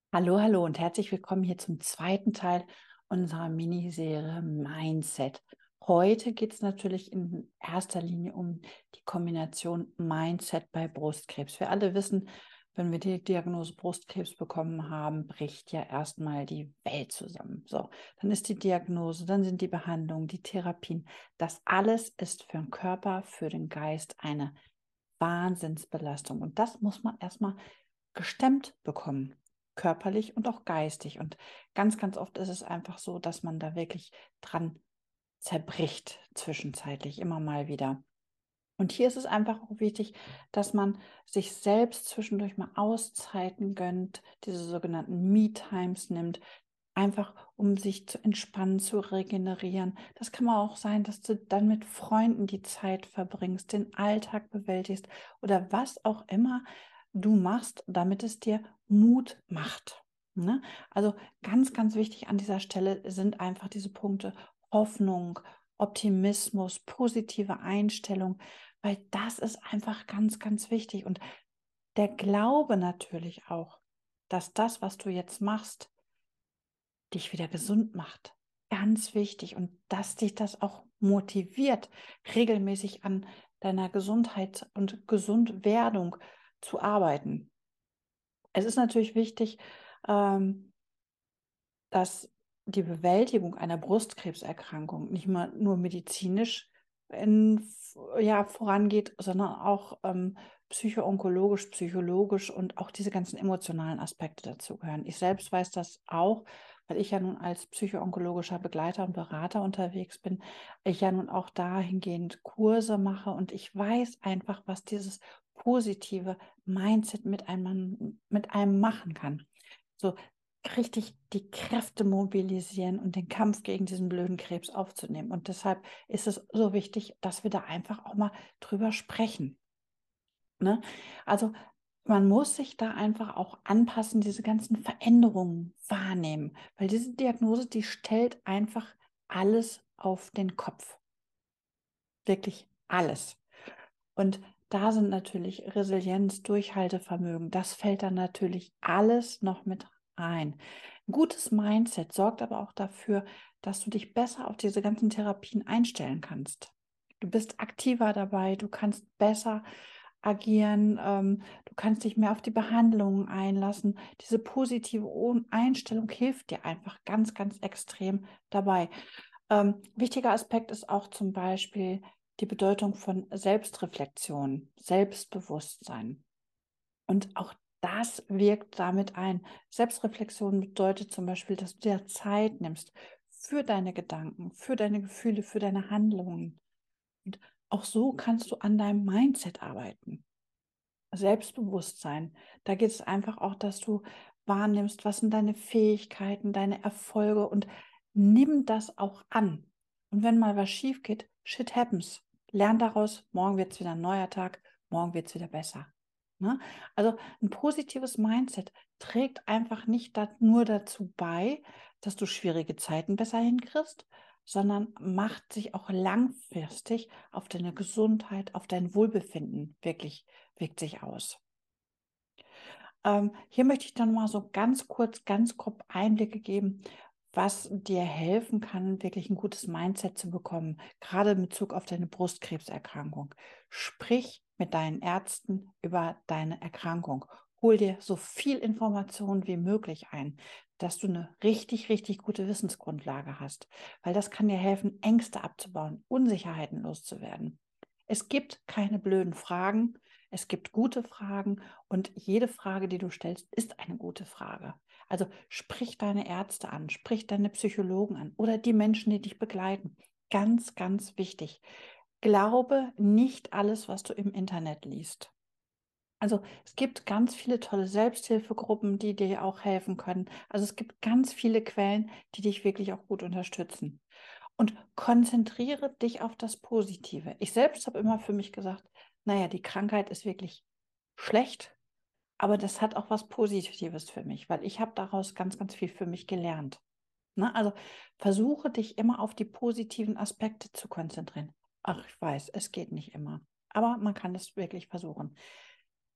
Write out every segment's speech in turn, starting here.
Hallo, hallo und herzlich willkommen hier zum zweiten Teil unserer Miniserie Mindset. Heute geht es natürlich in erster Linie um die Kombination Mindset bei Brustkrebs. Wir alle wissen, wenn wir die Diagnose Brustkrebs bekommen haben, bricht ja erstmal die Welt zusammen. So, dann ist die Diagnose, dann sind die Behandlungen, die Therapien. Das alles ist für den Körper, für den Geist eine Wahnsinnsbelastung. Und das muss man erstmal gestemmt bekommen, körperlich und auch geistig. Und ganz, ganz oft ist es einfach so, dass man da wirklich dran zerbricht, zwischenzeitlich, immer mal wieder. Und hier ist es einfach auch wichtig, dass man sich selbst zwischendurch mal Auszeiten gönnt, diese sogenannten Me-Times nimmt, einfach um sich zu entspannen, zu regenerieren. Das kann man auch sein, dass du dann mit Freunden die Zeit verbringst, den Alltag bewältigst oder was auch immer du machst, damit es dir Mut macht. Ne? Also ganz, ganz wichtig an dieser Stelle sind einfach diese Punkte Hoffnung, Optimismus, positive Einstellung, weil das ist einfach ganz, ganz wichtig. Und der Glaube natürlich auch, dass das, was du jetzt machst, dich wieder gesund macht. Ganz wichtig. Und dass dich das auch motiviert, regelmäßig an deiner Gesundheit und Gesundwerdung zu arbeiten. Es ist natürlich wichtig, ähm, dass die Bewältigung einer Brustkrebserkrankung nicht mal nur medizinisch vorangeht, sondern auch psychoonkologisch, psychologisch und auch diese ganzen emotionalen Aspekte dazugehören. Ich selbst weiß das auch, weil ich ja nun als psychoonkologischer Begleiter und Berater unterwegs bin, ich ja nun auch dahingehend Kurse mache und ich weiß einfach, was dieses positive Mindset mit einem machen kann. So, richtig die Kräfte mobilisieren und den Kampf gegen diesen blöden Krebs aufzunehmen. Und deshalb ist es so wichtig, dass wir da einfach auch mal drüber sprechen. Ne? Also man muss sich da einfach auch anpassen, diese ganzen Veränderungen wahrnehmen, weil diese Diagnose, die stellt einfach alles auf den Kopf. Wirklich alles. Und da sind natürlich Resilienz, Durchhaltevermögen, das fällt dann natürlich alles noch mit rein. Ein gutes Mindset sorgt aber auch dafür, dass du dich besser auf diese ganzen Therapien einstellen kannst. Du bist aktiver dabei, du kannst besser agieren, du kannst dich mehr auf die Behandlungen einlassen. Diese positive Einstellung hilft dir einfach ganz, ganz extrem dabei. Wichtiger Aspekt ist auch zum Beispiel die Bedeutung von Selbstreflexion, Selbstbewusstsein. Und auch das wirkt damit ein. Selbstreflexion bedeutet zum Beispiel, dass du dir Zeit nimmst für deine Gedanken, für deine Gefühle, für deine Handlungen. Und auch so kannst du an deinem Mindset arbeiten. Selbstbewusstsein, da geht es einfach auch, dass du wahrnimmst, was sind deine Fähigkeiten, deine Erfolge und nimm das auch an. Und wenn mal was schief geht, shit happens. Lern daraus, morgen wird es wieder ein neuer Tag, morgen wird es wieder besser. Ne? Also ein positives Mindset trägt einfach nicht nur dazu bei, dass du schwierige Zeiten besser hinkriegst, sondern macht sich auch langfristig auf deine Gesundheit, auf dein Wohlbefinden wirklich wirkt sich aus. Hier möchte ich dann mal so ganz kurz, ganz grob Einblicke geben, was dir helfen kann, wirklich ein gutes Mindset zu bekommen, gerade in Bezug auf deine Brustkrebserkrankung. Sprich mit deinen Ärzten über deine Erkrankung. Hol dir so viel Information wie möglich ein, dass du eine richtig, richtig gute Wissensgrundlage hast, weil das kann dir helfen, Ängste abzubauen, Unsicherheiten loszuwerden. Es gibt keine blöden Fragen, es gibt gute Fragen und jede Frage, die du stellst, ist eine gute Frage. Also sprich deine Ärzte an, sprich deine Psychologen an oder die Menschen, die dich begleiten. Ganz, ganz wichtig. Glaube nicht alles, was du im Internet liest. Also es gibt ganz viele tolle Selbsthilfegruppen, die dir auch helfen können. Also es gibt ganz viele Quellen, die dich wirklich auch gut unterstützen. Und konzentriere dich auf das Positive. Ich selbst habe immer für mich gesagt, naja, die Krankheit ist wirklich schlecht, aber das hat auch was Positives für mich, weil ich habe daraus ganz, ganz viel für mich gelernt. Ne? Also versuche dich immer auf die positiven Aspekte zu konzentrieren. Ach, ich weiß, es geht nicht immer, aber man kann es wirklich versuchen.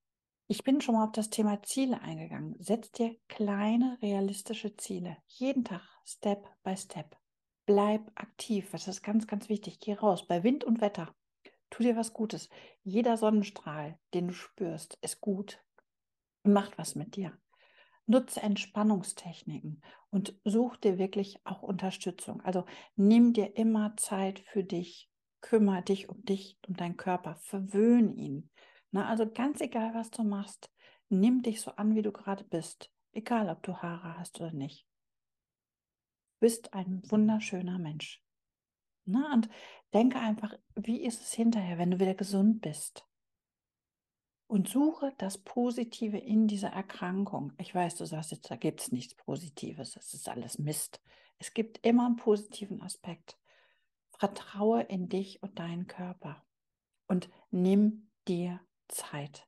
Ich bin schon mal auf das Thema Ziele eingegangen. Setz dir kleine, realistische Ziele. Jeden Tag, Step by Step. Bleib aktiv. Das ist ganz, ganz wichtig. Geh raus bei Wind und Wetter. Tu dir was Gutes. Jeder Sonnenstrahl, den du spürst, ist gut und macht was mit dir. Nutze Entspannungstechniken und such dir wirklich auch Unterstützung. Also nimm dir immer Zeit für dich, kümmere dich, um deinen Körper, verwöhn ihn. Na, also ganz egal, was du machst, nimm dich so an, wie du gerade bist. Egal, ob du Haare hast oder nicht. Du bist ein wunderschöner Mensch. Na, und denke einfach, wie ist es hinterher, wenn du wieder gesund bist? Und suche das Positive in dieser Erkrankung. Ich weiß, du sagst jetzt, da gibt es nichts Positives, es ist alles Mist. Es gibt immer einen positiven Aspekt. Vertraue in dich und deinen Körper und nimm dir Zeit.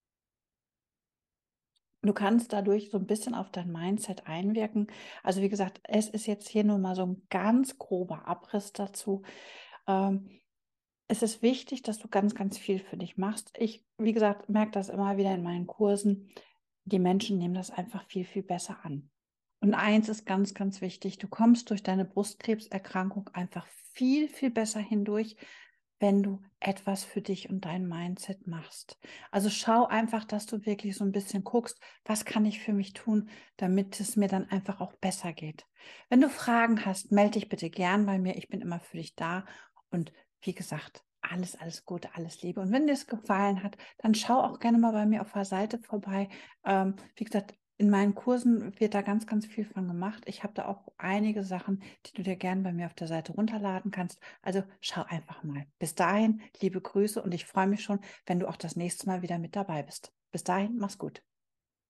Du kannst dadurch so ein bisschen auf dein Mindset einwirken. Also wie gesagt, es ist jetzt hier nur mal so ein ganz grober Abriss dazu. Ähm, Es ist wichtig, dass du ganz, ganz viel für dich machst. Ich, wie gesagt, merke das immer wieder in meinen Kursen. Die Menschen nehmen das einfach viel, viel besser an. Und eins ist ganz, ganz wichtig. Du kommst durch deine Brustkrebserkrankung einfach viel, viel besser hindurch, wenn du etwas für dich und dein Mindset machst. Also schau einfach, dass du wirklich so ein bisschen guckst, was kann ich für mich tun, damit es mir dann einfach auch besser geht. Wenn du Fragen hast, melde dich bitte gern bei mir. Ich bin immer für dich da. Und wie gesagt, alles, alles Gute, alles Liebe. Und wenn dir es gefallen hat, dann schau auch gerne mal bei mir auf der Seite vorbei. Wie gesagt, in meinen Kursen wird da ganz, ganz viel von gemacht. Ich habe da auch einige Sachen, die du dir gerne bei mir auf der Seite runterladen kannst. Also schau einfach mal. Bis dahin, liebe Grüße und ich freue mich schon, wenn du auch das nächste Mal wieder mit dabei bist. Bis dahin, mach's gut.